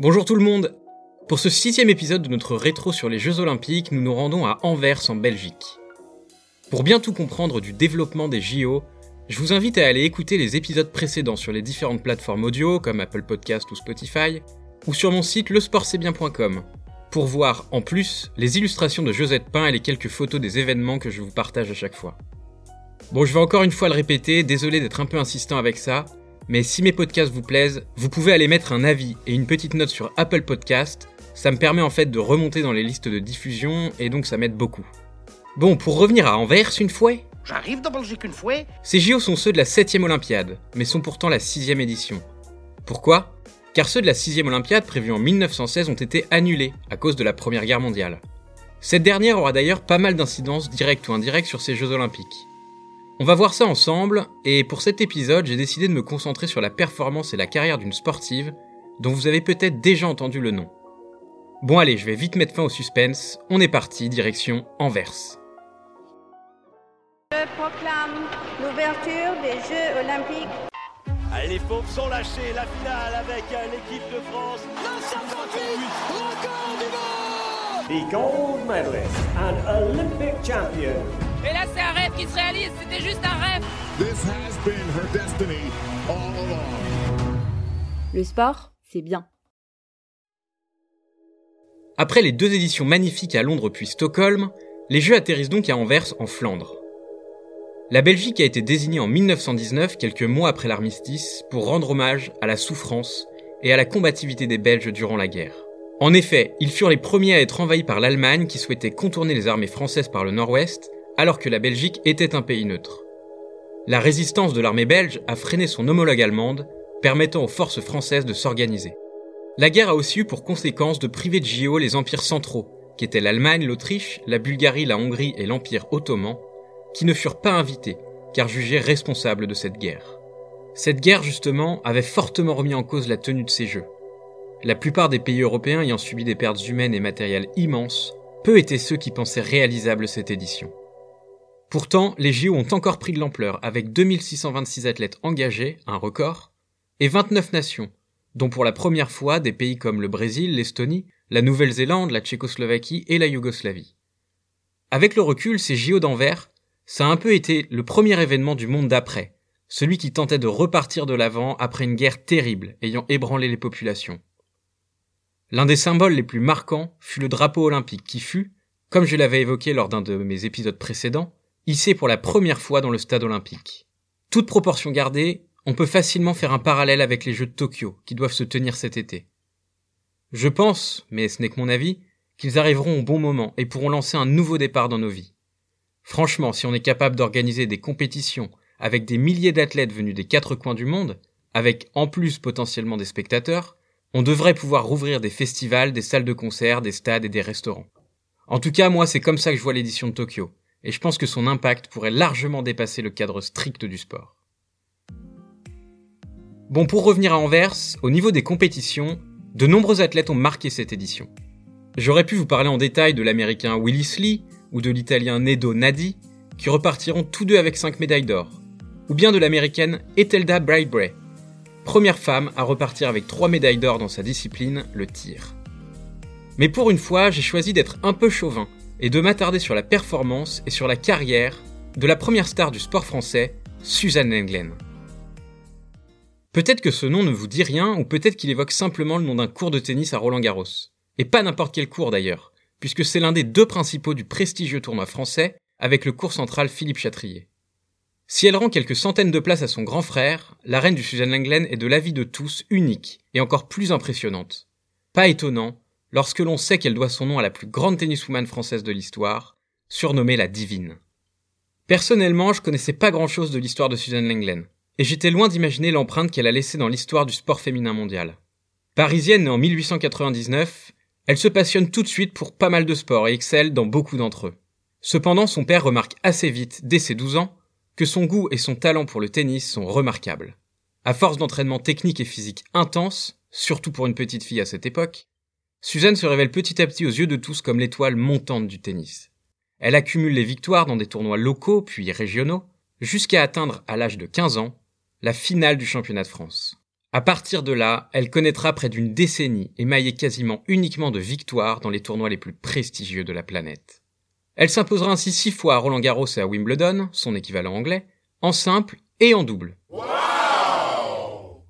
Bonjour tout le monde. Pour ce 6e épisode de notre rétro sur les Jeux Olympiques, nous nous rendons à Anvers en Belgique. Pour bien tout comprendre du développement des JO, je vous invite à aller écouter les épisodes précédents sur les différentes plateformes audio comme Apple Podcast ou Spotify, ou sur mon site lesportcestbien.com, pour voir, en plus, les illustrations de Josette Pain et les quelques photos des événements que je vous partage à chaque fois. Bon, je vais encore une fois le répéter, désolé d'être un peu insistant avec ça, mais si mes podcasts vous plaisent, vous pouvez aller mettre un avis et une petite note sur Apple Podcast, ça me permet en fait de remonter dans les listes de diffusion et donc ça m'aide beaucoup. Bon, pour revenir à Anvers une fois, J'arrive de Belgique une fois. ces JO sont ceux de la 7e Olympiade, mais sont pourtant la 6e édition. Pourquoi ? Car ceux de la 6e Olympiade prévus en 1916 ont été annulés à cause de la Première Guerre mondiale. Cette dernière aura d'ailleurs pas mal d'incidences directes ou indirectes sur ces Jeux Olympiques. On va voir ça ensemble, et pour cet épisode, j'ai décidé de me concentrer sur la performance et la carrière d'une sportive dont vous avez peut-être déjà entendu le nom. Bon allez, je vais vite mettre fin au suspense, on est parti, direction Anvers. Je proclame l'ouverture des Jeux Olympiques. Allez, les pauvres sont lâchés, la finale avec l'équipe de France. Record du monde! The gold medalist and Olympic champion. Et là, c'est un rêve qui se réalise, c'était juste un rêve. This has been her destiny all along. Le sport, c'est bien. Après les 2 éditions magnifiques à Londres puis Stockholm, les Jeux atterrissent donc à Anvers en Flandre. La Belgique a été désignée en 1919, quelques mois après l'armistice, pour rendre hommage à la souffrance et à la combativité des Belges durant la guerre. En effet, ils furent les premiers à être envahis par l'Allemagne qui souhaitait contourner les armées françaises par le nord-ouest, alors que la Belgique était un pays neutre. La résistance de l'armée belge a freiné son homologue allemande, permettant aux forces françaises de s'organiser. La guerre a aussi eu pour conséquence de priver de JO les empires centraux, qui étaient l'Allemagne, l'Autriche, la Bulgarie, la Hongrie et l'Empire ottoman, qui ne furent pas invités, car jugés responsables de cette guerre. Cette guerre, justement, avait fortement remis en cause la tenue de ces Jeux. La plupart des pays européens ayant subi des pertes humaines et matérielles immenses, peu étaient ceux qui pensaient réalisable cette édition. Pourtant, les JO ont encore pris de l'ampleur, avec 2626 athlètes engagés, un record, et 29 nations, dont pour la première fois des pays comme le Brésil, l'Estonie, la Nouvelle-Zélande, la Tchécoslovaquie et la Yougoslavie. Avec le recul, ces JO d'Anvers, ça a un peu été le premier événement du monde d'après, celui qui tentait de repartir de l'avant après une guerre terrible ayant ébranlé les populations. L'un des symboles les plus marquants fut le drapeau olympique qui fut, comme je l'avais évoqué lors d'un de mes épisodes précédents, hissé pour la première fois dans le stade olympique. Toute proportion gardée, on peut facilement faire un parallèle avec les Jeux de Tokyo qui doivent se tenir cet été. Je pense, mais ce n'est que mon avis, qu'ils arriveront au bon moment et pourront lancer un nouveau départ dans nos vies. Franchement, si on est capable d'organiser des compétitions avec des milliers d'athlètes venus des 4 coins du monde, avec en plus potentiellement des spectateurs, on devrait pouvoir rouvrir des festivals, des salles de concert, des stades et des restaurants. En tout cas, moi, c'est comme ça que je vois l'édition de Tokyo, et je pense que son impact pourrait largement dépasser le cadre strict du sport. Bon, pour revenir à Anvers, au niveau des compétitions, de nombreux athlètes ont marqué cette édition. J'aurais pu vous parler en détail de l'américain Willis Lee, ou de l'italien Nedo Nadi, qui repartiront tous deux avec 5 médailles d'or, ou bien de l'américaine Etelda Brightbray, première femme à repartir avec 3 médailles d'or dans sa discipline, le tir. Mais pour une fois, j'ai choisi d'être un peu chauvin, et de m'attarder sur la performance et sur la carrière de la première star du sport français, Suzanne Lenglen. Peut-être que ce nom ne vous dit rien, ou peut-être qu'il évoque simplement le nom d'un cours de tennis à Roland-Garros. Et pas n'importe quel cours d'ailleurs, puisque c'est l'un des 2 principaux du prestigieux tournoi français, avec le cours central Philippe Chatrier. Si elle rend quelques centaines de places à son grand frère, la reine du Suzanne Lenglen est de l'avis de tous unique, et encore plus impressionnante. Pas étonnant, lorsque l'on sait qu'elle doit son nom à la plus grande tenniswoman française de l'histoire, surnommée la Divine. Personnellement, je connaissais pas grand-chose de l'histoire de Suzanne Lenglen, et j'étais loin d'imaginer l'empreinte qu'elle a laissée dans l'histoire du sport féminin mondial. Parisienne née en 1899, elle se passionne tout de suite pour pas mal de sports et excelle dans beaucoup d'entre eux. Cependant, son père remarque assez vite, dès ses 12 ans, que son goût et son talent pour le tennis sont remarquables. À force d'entraînement technique et physique intense, surtout pour une petite fille à cette époque, Suzanne se révèle petit à petit aux yeux de tous comme l'étoile montante du tennis. Elle accumule les victoires dans des tournois locaux puis régionaux, jusqu'à atteindre, à l'âge de 15 ans, la finale du championnat de France. À partir de là, elle connaîtra près d'une décennie émaillée quasiment uniquement de victoires dans les tournois les plus prestigieux de la planète. Elle s'imposera ainsi 6 fois à Roland-Garros et à Wimbledon, son équivalent anglais, en simple et en double. Wow!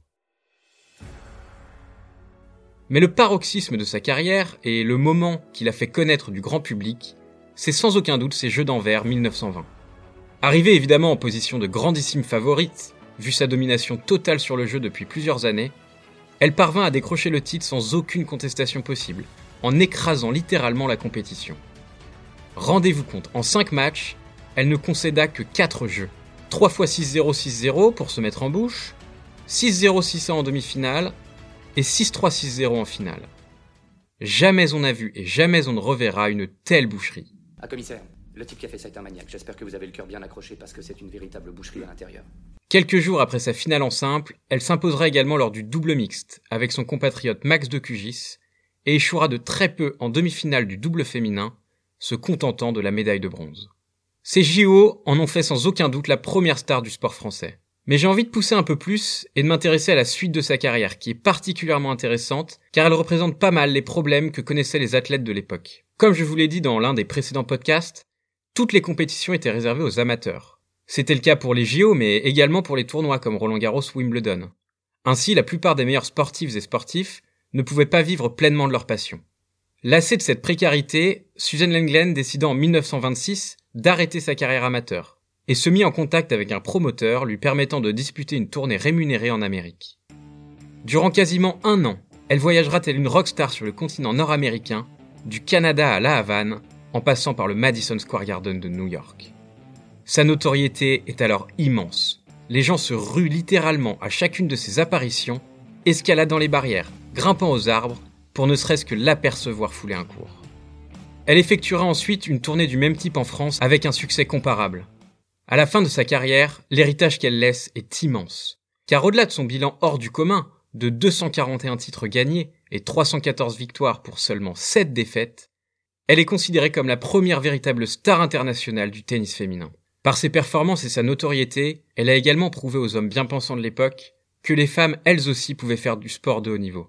Mais le paroxysme de sa carrière et le moment qui l'a fait connaître du grand public, c'est sans aucun doute ses Jeux d'Anvers 1920. Arrivée évidemment en position de grandissime favorite, vu sa domination totale sur le jeu depuis plusieurs années, elle parvint à décrocher le titre sans aucune contestation possible, en écrasant littéralement la compétition. Rendez-vous compte, en 5 matchs, elle ne concéda que 4 jeux. 3 fois 6-0, 6-0 pour se mettre en bouche, 6-0, 6-1 en demi-finale, et 6-3, 6-0 en finale. Jamais on n'a vu et jamais on ne reverra une telle boucherie. Ah, commissaire, le type qui a fait ça est un maniaque. J'espère que vous avez le cœur bien accroché parce que c'est une véritable boucherie à l'intérieur. Quelques jours après sa finale en simple, elle s'imposera également lors du double mixte avec son compatriote Max de Cugis et échouera de très peu en demi-finale du double féminin, se contentant de la médaille de bronze. Ces JO en ont fait sans aucun doute la première star du sport français. Mais j'ai envie de pousser un peu plus et de m'intéresser à la suite de sa carrière qui est particulièrement intéressante car elle représente pas mal les problèmes que connaissaient les athlètes de l'époque. Comme je vous l'ai dit dans l'un des précédents podcasts, toutes les compétitions étaient réservées aux amateurs. C'était le cas pour les JO, mais également pour les tournois comme Roland-Garros ou Wimbledon. Ainsi, la plupart des meilleurs sportifs et sportifs ne pouvaient pas vivre pleinement de leur passion. Lassée de cette précarité, Suzanne Lenglen décida en 1926 d'arrêter sa carrière amateur et se mit en contact avec un promoteur lui permettant de disputer une tournée rémunérée en Amérique. Durant quasiment 1 an, elle voyagera telle une rockstar sur le continent nord-américain, du Canada à La Havane, en passant par le Madison Square Garden de New York. Sa notoriété est alors immense. Les gens se ruent littéralement à chacune de ses apparitions, escaladant les barrières, grimpant aux arbres, pour ne serait-ce que l'apercevoir fouler un cours. Elle effectuera ensuite une tournée du même type en France avec un succès comparable. À la fin de sa carrière, l'héritage qu'elle laisse est immense. Car au-delà de son bilan hors du commun, de 241 titres gagnés et 314 victoires pour seulement 7 défaites, elle est considérée comme la première véritable star internationale du tennis féminin. Par ses performances et sa notoriété, elle a également prouvé aux hommes bien pensants de l'époque que les femmes, elles aussi, pouvaient faire du sport de haut niveau.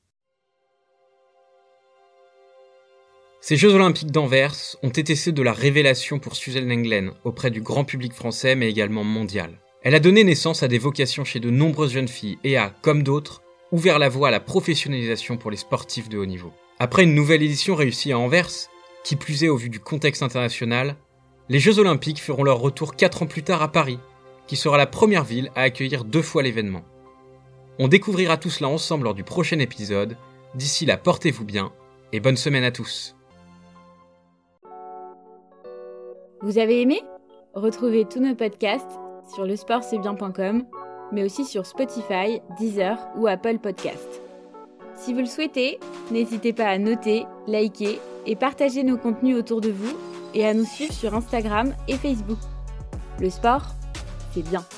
Ces Jeux Olympiques d'Anvers ont été ceux de la révélation pour Suzanne Lenglen auprès du grand public français mais également mondial. Elle a donné naissance à des vocations chez de nombreuses jeunes filles et a, comme d'autres, ouvert la voie à la professionnalisation pour les sportifs de haut niveau. Après une nouvelle édition réussie à Anvers, qui plus est au vu du contexte international, les Jeux Olympiques feront leur retour 4 ans plus tard à Paris, qui sera la première ville à accueillir 2 fois l'événement. On découvrira tout cela ensemble lors du prochain épisode. D'ici là, portez-vous bien et bonne semaine à tous. Vous avez aimé ? Retrouvez tous nos podcasts sur lesportc'estbien.com, mais aussi sur Spotify, Deezer ou Apple Podcasts. Si vous le souhaitez, n'hésitez pas à noter, liker et partager nos contenus autour de vous et à nous suivre sur Instagram et Facebook. Le sport, c'est bien.